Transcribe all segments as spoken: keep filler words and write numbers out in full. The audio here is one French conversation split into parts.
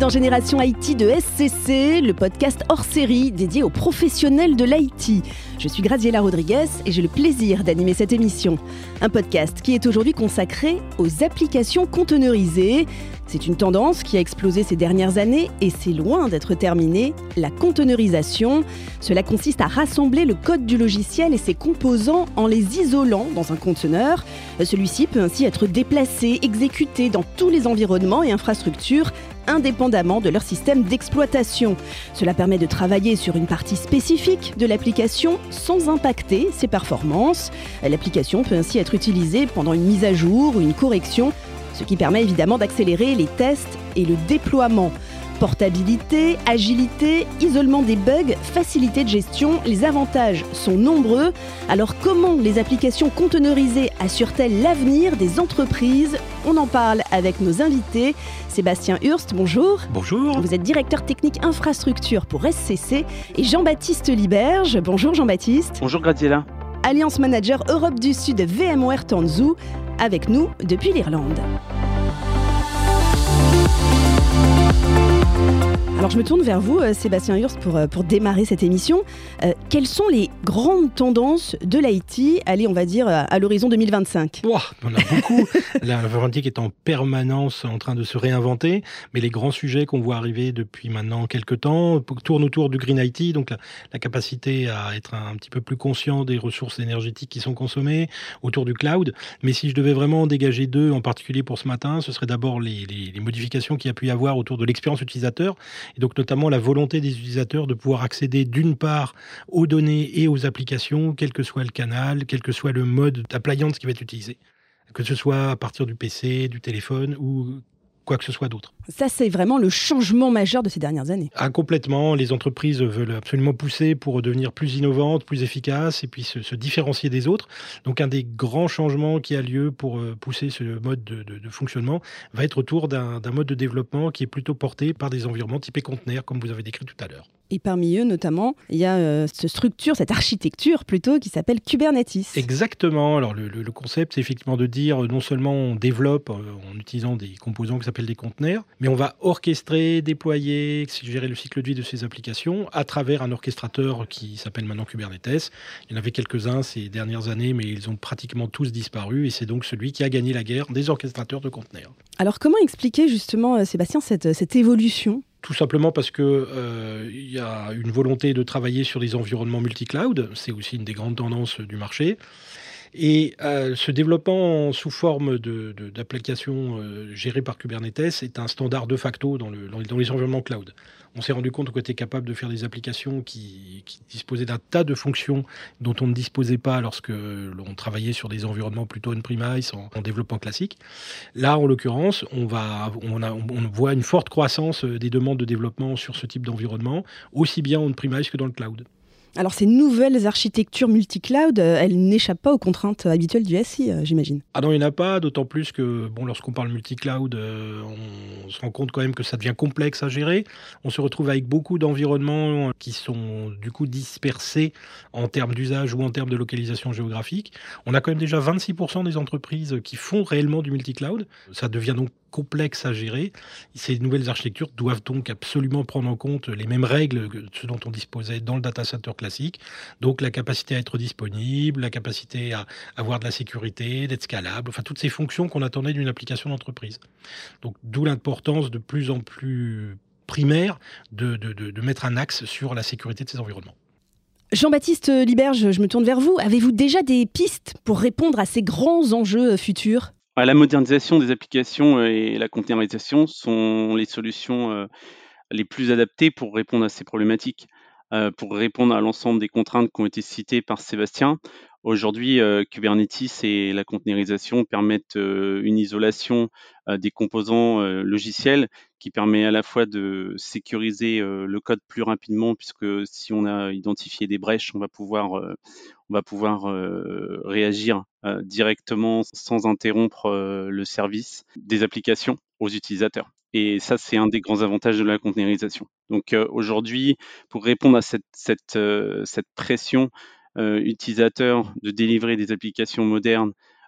dans Génération I T de S C C, le podcast hors série dédié aux professionnels de l'I T. Je suis Graziella Rodriguez et j'ai le plaisir d'animer cette émission. Un podcast qui est aujourd'hui consacré aux applications conteneurisées. C'est une tendance qui a explosé ces dernières années et c'est loin d'être terminé, la conteneurisation. Cela consiste à rassembler le code du logiciel et ses composants en les isolant dans un conteneur. Celui-ci peut ainsi être déplacé, exécuté dans tous les environnements et infrastructures, indépendamment de leur système d'exploitation. Cela permet de travailler sur une partie spécifique de l'application sans impacter ses performances. L'application peut ainsi être utilisée pendant une mise à jour ou une correction, ce qui permet évidemment d'accélérer les tests et le déploiement. Portabilité, agilité, isolement des bugs, facilité de gestion, les avantages sont nombreux. Alors comment les applications conteneurisées assurent-elles l'avenir des entreprises ? On en parle avec nos invités. Sébastien Hurst, bonjour. Bonjour. Vous êtes directeur technique infrastructure pour S C C. Et Jean-Baptiste Liberge, bonjour Jean-Baptiste. Bonjour Graziella. Alliance Manager Europe du Sud VMware Tanzu, avec nous depuis l'Irlande. Alors je me tourne vers vous, Sébastien Hurst, pour, pour démarrer cette émission. Euh, quelles sont les grandes tendances de l'I T, allez, on va dire, à l'horizon deux mille vingt-cinq ? Wow, on a beaucoup. L'informatique est en permanence en train de se réinventer, mais les grands sujets qu'on voit arriver depuis maintenant quelques temps tournent autour du Green I T, donc la, la capacité à être un, un petit peu plus conscient des ressources énergétiques qui sont consommées, autour du cloud. Mais si je devais vraiment dégager deux, en particulier pour ce matin, ce serait d'abord les, les, les modifications qu'il y a pu y avoir autour de l'expérience utilisateur, et donc notamment la volonté des utilisateurs de pouvoir accéder d'une part aux données et aux applications, quel que soit le canal, quel que soit le mode d'appliance qui va être utilisé, que ce soit à partir du P C, du téléphone ou quoi que ce soit d'autre. Ça, c'est vraiment le changement majeur de ces dernières années. Ah, complètement. Les entreprises veulent absolument pousser pour devenir plus innovantes, plus efficaces et puis se, se différencier des autres. Donc, un des grands changements qui a lieu pour pousser ce mode de, de, de fonctionnement va être autour d'un, d'un mode de développement qui est plutôt porté par des environnements typés conteneurs, comme vous avez décrit tout à l'heure. Et parmi eux, notamment, il y a euh, cette structure, cette architecture plutôt, qui s'appelle Kubernetes. Exactement. Alors, le, le, le concept, c'est effectivement de dire, non seulement on développe euh, en utilisant des composants qui s'appellent des conteneurs, mais on va orchestrer, déployer, gérer le cycle de vie de ces applications à travers un orchestrateur qui s'appelle maintenant Kubernetes. Il y en avait quelques-uns ces dernières années, mais ils ont pratiquement tous disparu, et c'est donc celui qui a gagné la guerre des orchestrateurs de conteneurs. Alors, comment expliquer justement, Sébastien, cette, cette évolution ? Tout simplement parce qu'il euh, y a une volonté de travailler sur des environnements multi-cloud. C'est aussi une des grandes tendances du marché. Et euh, ce développement sous forme de, de, d'applications euh, gérées par Kubernetes est un standard de facto dans, le, dans, dans les environnements cloud. On s'est rendu compte qu'on était capable de faire des applications qui, qui disposaient d'un tas de fonctions dont on ne disposait pas lorsque l'on travaillait sur des environnements plutôt on-premise, en, en développement classique. Là, en l'occurrence, on, va, on, a, on voit une forte croissance des demandes de développement sur ce type d'environnement, aussi bien on-premise que dans le cloud. Alors, ces nouvelles architectures multi-cloud, elles n'échappent pas aux contraintes habituelles du S I, j'imagine. Ah non, il n'y en a pas, d'autant plus que bon, lorsqu'on parle multi-cloud, euh, on se rend compte quand même que ça devient complexe à gérer. On se retrouve avec beaucoup d'environnements qui sont du coup dispersés en termes d'usage ou en termes de localisation géographique. On a quand même déjà vingt-six pour cent des entreprises qui font réellement du multi-cloud. Ça devient donc complexe à gérer. Ces nouvelles architectures doivent donc absolument prendre en compte les mêmes règles que ce dont on disposait dans le data center classique. Donc la capacité à être disponible, la capacité à avoir de la sécurité, d'être scalable, enfin toutes ces fonctions qu'on attendait d'une application d'entreprise. Donc d'où l'importance de plus en plus primaire de, de, de, de mettre un axe sur la sécurité de ces environnements. Jean-Baptiste Liberge, je me tourne vers vous. Avez-vous déjà des pistes pour répondre à ces grands enjeux futurs ? La modernisation des applications et la containerisation sont les solutions les plus adaptées pour répondre à ces problématiques, pour répondre à l'ensemble des contraintes qui ont été citées par Sébastien. Aujourd'hui, Kubernetes et la containerisation permettent une isolation des composants logiciels qui permet à la fois de sécuriser le code plus rapidement, puisque si on a identifié des brèches, on va pouvoir, on va pouvoir réagir directement sans interrompre le service des applications aux utilisateurs. Et ça, c'est un des grands avantages de la containerisation. Donc euh, aujourd'hui, pour répondre à cette, cette, euh, cette pression euh, utilisateur de délivrer des applications modernes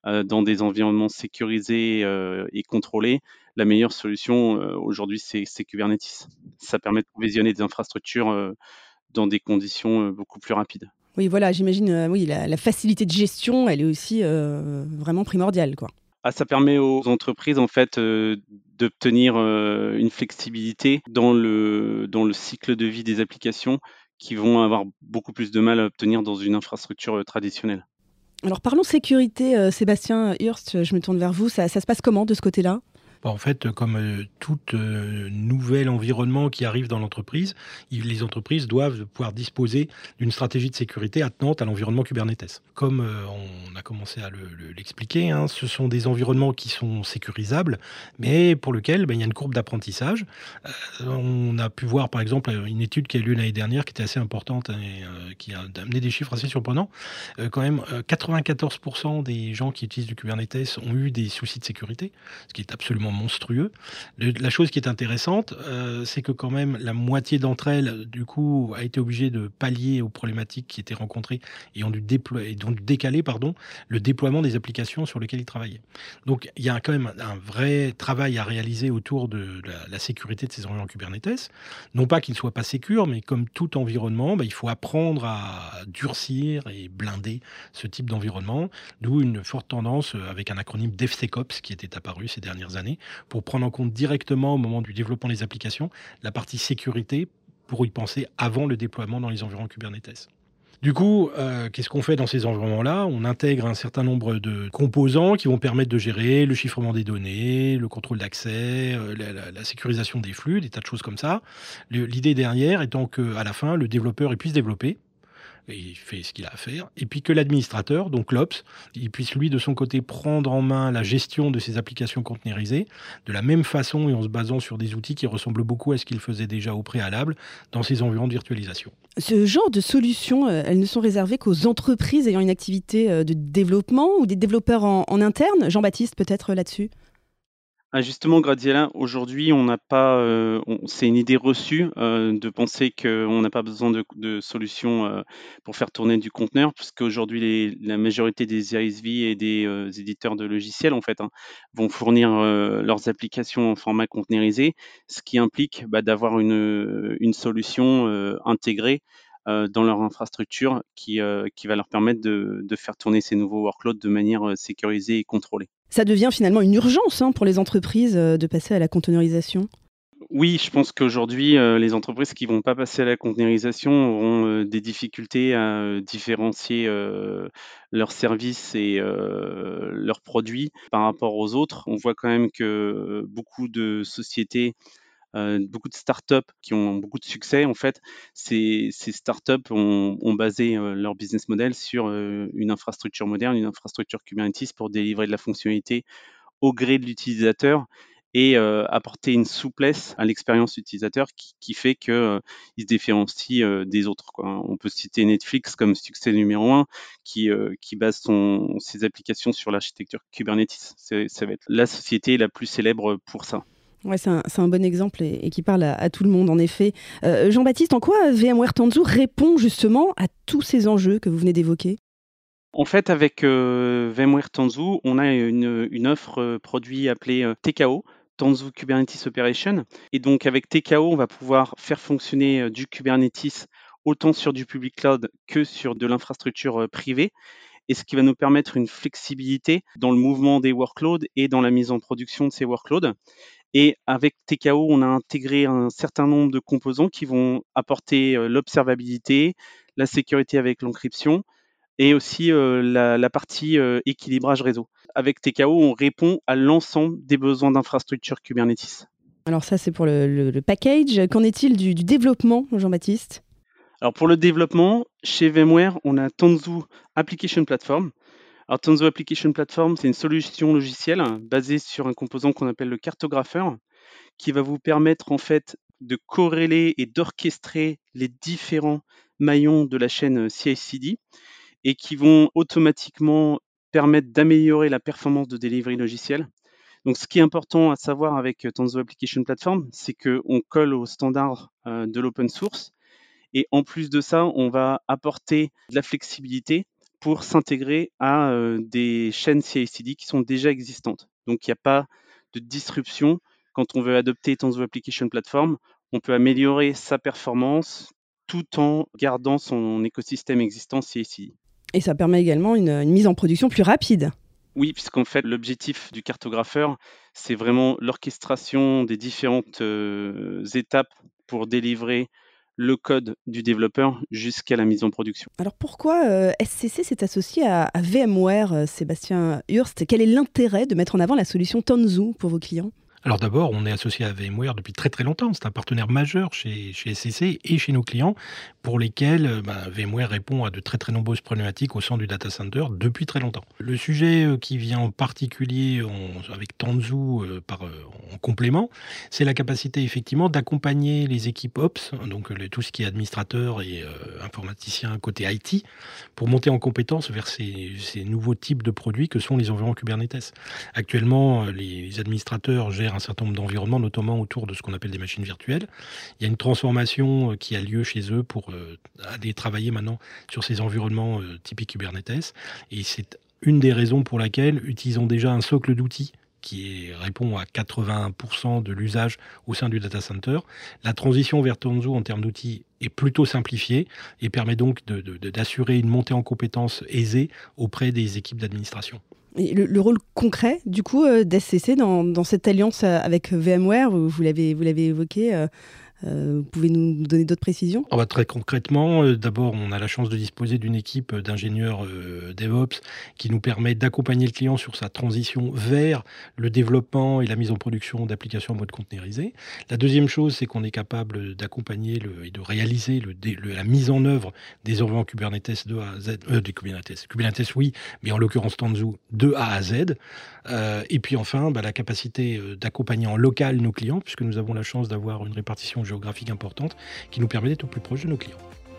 euh, dans des environnements sécurisés euh, et contrôlés, la meilleure solution euh, aujourd'hui, c'est, c'est Kubernetes. Ça permet de provisionner des infrastructures euh, dans des conditions euh, beaucoup plus rapides. Oui, voilà, j'imagine, euh, oui, la, la facilité de gestion, elle est aussi euh, vraiment primordiale, quoi. Ah, ça permet aux entreprises en fait euh, d'obtenir euh, une flexibilité dans le, dans le cycle de vie des applications qui vont avoir beaucoup plus de mal à obtenir dans une infrastructure euh, traditionnelle. Alors parlons sécurité, euh, Sébastien Hurst, je me tourne vers vous, ça, ça se passe comment de ce côté-là ? Bah, en fait, comme euh, tout euh, nouvel environnement qui arrive dans l'entreprise, il- les entreprises doivent pouvoir disposer d'une stratégie de sécurité attenante à l'environnement Kubernetes. Comme euh, on a commencé à le- le- l'expliquer, hein, ce sont des environnements qui sont sécurisables, mais pour lesquels ben, il y a une courbe d'apprentissage. Euh, on a pu voir, par exemple, une étude qui a eu lieu l'année dernière, qui était assez importante hein, et euh, qui a amené des chiffres assez surprenants. Euh, quand même, euh, quatre-vingt-quatorze pour cent des gens qui utilisent du Kubernetes ont eu des soucis de sécurité, ce qui est absolument monstrueux. Le- la chose qui est intéressante, euh, c'est que quand même la moitié d'entre elles, du coup, a été obligée de pallier aux problématiques qui étaient rencontrées et ont dû, déployer, et ont dû décaler pardon, le déploiement des applications sur lesquelles ils travaillaient. Donc il y a quand même un vrai travail à réaliser autour de la, la sécurité de ces environnements Kubernetes. Non pas qu'ils ne soient pas sécures, mais comme tout environnement, bah, il faut apprendre à durcir et blinder ce type d'environnement, d'où une forte tendance euh, avec un acronyme DevSecOps qui était apparu ces dernières années pour prendre en compte directement au moment du développement des applications la partie sécurité pour y penser avant le déploiement dans les environnements Kubernetes. Du coup, euh, qu'est-ce qu'on fait dans ces environnements-là ? On intègre un certain nombre de composants qui vont permettre de gérer le chiffrement des données, le contrôle d'accès, euh, la, la- la sécurisation des flux, des tas de choses comme ça. Le- L'idée derrière étant qu'à la fin, le développeur il puisse développer, et il fait ce qu'il a à faire, et puis que l'administrateur, donc l'Ops, il puisse lui de son côté prendre en main la gestion de ses applications containerisées, de la même façon et en se basant sur des outils qui ressemblent beaucoup à ce qu'il faisait déjà au préalable dans ses environnements de virtualisation. Ce genre de solutions, euh, elles ne sont réservées qu'aux entreprises ayant une activité euh, de développement ou des développeurs en, en interne ? Jean-Baptiste, peut-être euh, là-dessus ? Ah, justement, Gradiela, aujourd'hui, on n'a pas, euh, on- c'est une idée reçue euh, de penser qu'on n'a pas besoin de, de solutions euh, pour faire tourner du conteneur, puisqu'aujourd'hui, les- la majorité des I S V et des euh, éditeurs de logiciels, en fait, hein, vont fournir euh, leurs applications en format containerisé, ce qui implique bah, d'avoir une, une solution euh, intégrée euh, dans leur infrastructure qui, euh, qui va leur permettre de, de faire tourner ces nouveaux workloads de manière euh, sécurisée et contrôlée. Ça devient finalement une urgence hein, pour les entreprises euh, de passer à la containerisation. Oui, je pense qu'aujourd'hui, euh, les entreprises qui vont pas passer à la containerisation auront euh, des difficultés à euh, différencier euh, leurs services et euh, leurs produits par rapport aux autres. On voit quand même que euh, beaucoup de sociétés, euh, beaucoup de startups qui ont beaucoup de succès, en fait, ces, ces startups ont, ont basé euh, leur business model sur euh, une infrastructure moderne, une infrastructure Kubernetes pour délivrer de la fonctionnalité au gré de l'utilisateur et euh, apporter une souplesse à l'expérience utilisateur qui, qui fait qu'ils euh, se différencient euh, des autres, quoi. On peut citer Netflix comme succès numéro un qui, euh, qui base son, ses applications sur l'architecture Kubernetes. C'est, ça va être la société la plus célèbre pour ça. Ouais, c'est un, c'est un bon exemple et, et qui parle à, à tout le monde, en effet. Euh, Jean-Baptiste, en quoi VMware Tanzu répond justement à tous ces enjeux que vous venez d'évoquer ? En fait, avec euh, VMware Tanzu, on a une, une offre euh, produit appelée euh, T K O, Tanzu Kubernetes Operation. Et donc, avec T K O, on va pouvoir faire fonctionner euh, du Kubernetes autant sur du public cloud que sur de l'infrastructure euh, privée. Et ce qui va nous permettre une flexibilité dans le mouvement des workloads et dans la mise en production de ces workloads. Et avec T K O, on a intégré un certain nombre de composants qui vont apporter euh, l'observabilité, la sécurité avec l'encryption, et aussi euh, la, la partie euh, équilibrage réseau. Avec T K O, on répond à l'ensemble des besoins d'infrastructure Kubernetes. Alors ça, c'est pour le, le- le package. Qu'en est-il du, du développement, Jean-Baptiste ? Alors pour le développement, chez VMware, on a Tanzu Application Platform. Alors Tanzu Application Platform, c'est une solution logicielle basée sur un composant qu'on appelle le cartographeur, qui va vous permettre en fait de corréler et d'orchestrer les différents maillons de la chaîne C I C D et qui vont automatiquement permettre d'améliorer la performance de delivery logiciel. Donc, ce qui est important à savoir avec Tanzu Application Platform, c'est qu'on colle aux standards euh, de l'open source. Et en plus de ça, on va apporter de la flexibilité pour s'intégrer à euh, des chaînes C I C D qui sont déjà existantes. Donc il n'y a pas de disruption. Quand on veut adopter Tanzu Application Platform, on peut améliorer sa performance tout en gardant son écosystème existant C I C D. Et ça permet également une, une mise en production plus rapide. Oui, puisqu'en fait, l'objectif du cartographeur, c'est vraiment l'orchestration des différentes euh, étapes pour délivrer le code du développeur jusqu'à la mise en production. Alors pourquoi euh, S C C s'est associé à, à VMware, euh, Sébastien Hurst? Quel est l'intérêt de mettre en avant la solution Tanzu pour vos clients? Alors d'abord, on est associé à VMware depuis très très longtemps. C'est un partenaire majeur chez, chez S C C et chez nos clients pour lesquels euh, ben, VMware répond à de très très nombreuses problématiques au sein du data center depuis très longtemps. Le sujet euh, qui vient en particulier en, avec Tanzu euh, par, euh, en complément, c'est la capacité effectivement d'accompagner les équipes Ops, donc euh, tout ce qui est administrateur et euh, informaticien côté I T, pour monter en compétence vers ces, ces nouveaux types de produits que sont les environnements Kubernetes. Actuellement, les, les administrateurs gèrent un certain nombre d'environnements, notamment autour de ce qu'on appelle des machines virtuelles. Il y a une transformation qui a lieu chez eux pour euh, aller travailler maintenant sur ces environnements euh, typiques Kubernetes. Et c'est une des raisons pour laquelle, utilisant déjà un socle d'outils qui est, répond à quatre-vingts pour cent de l'usage au sein du data center, la transition vers Tanzu en termes d'outils est plutôt simplifiée et permet donc de, de, d'assurer une montée en compétences aisée auprès des équipes d'administration. Et le, le rôle concret, du coup, euh, d'S C C dans, dans cette alliance avec VMware, vous l'avez, vous l'avez évoqué, euh, euh, vous pouvez nous donner d'autres précisions? Oh bah, très concrètement, euh, d'abord, on a la chance de disposer d'une équipe d'ingénieurs euh, DevOps qui nous permet d'accompagner le client sur sa transition vers le développement et la mise en production d'applications en mode containerisé. La deuxième chose, c'est qu'on est capable d'accompagner le, et de réaliser le, le, la mise en œuvre des environnements Kubernetes de A à Z, euh, des Kubernetes, Kubernetes oui, mais en l'occurrence Tanzu de A à Z. Euh, et puis enfin, bah, la capacité d'accompagner en local nos clients, puisque nous avons la chance d'avoir une répartition géographique importante qui nous permet d'être au plus proche de nos clients.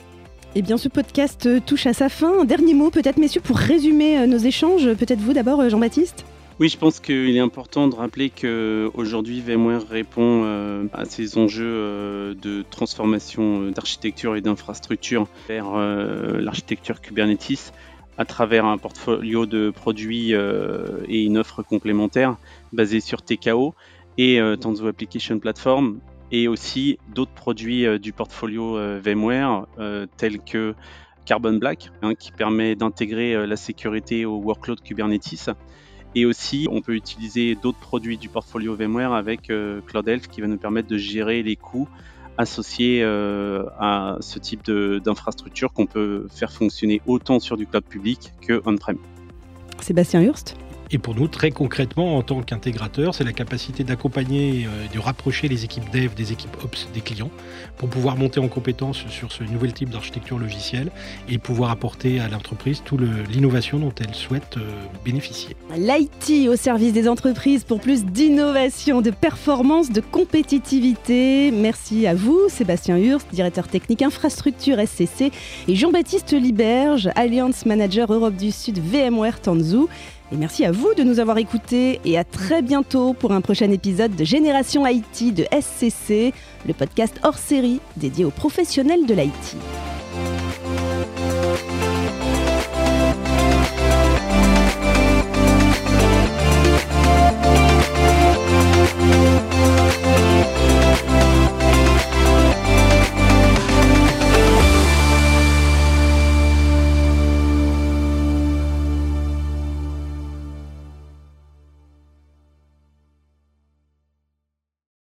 Eh bien, ce podcast touche à sa fin. Un dernier mot, peut-être, messieurs, pour résumer nos échanges. Peut-être vous d'abord, Jean-Baptiste? Oui, je pense qu'il est important de rappeler qu'aujourd'hui, VMware répond euh, à ces enjeux euh, de transformation d'architecture et d'infrastructure vers euh, l'architecture Kubernetes à travers un portfolio de produits euh, et une offre complémentaire basée sur T K O et euh, Tanzu Application Platform, et aussi d'autres produits euh, du portfolio euh, VMware euh, tels que Carbon Black, hein, qui permet d'intégrer euh, la sécurité au workload Kubernetes. Et aussi, on peut utiliser d'autres produits du portfolio VMware avec euh, Cloud Health qui va nous permettre de gérer les coûts associés euh, à ce type de, d'infrastructure qu'on peut faire fonctionner autant sur du cloud public que on-prem. Sébastien Hurst? Et pour nous, très concrètement, en tant qu'intégrateur, c'est la capacité d'accompagner, euh, de rapprocher les équipes dev des équipes ops des clients pour pouvoir monter en compétence sur ce nouvel type d'architecture logicielle et pouvoir apporter à l'entreprise toute l'innovation dont elle souhaite euh, bénéficier. L'I T au service des entreprises pour plus d'innovation, de performance, de compétitivité. Merci à vous, Sébastien Hurst, directeur technique infrastructure S C C, et Jean-Baptiste Liberge, Alliance Manager Europe du Sud VMware Tanzu. Et merci à vous de nous avoir écoutés et à très bientôt pour un prochain épisode de Génération I T de S C C, le podcast hors série dédié aux professionnels de l'I T.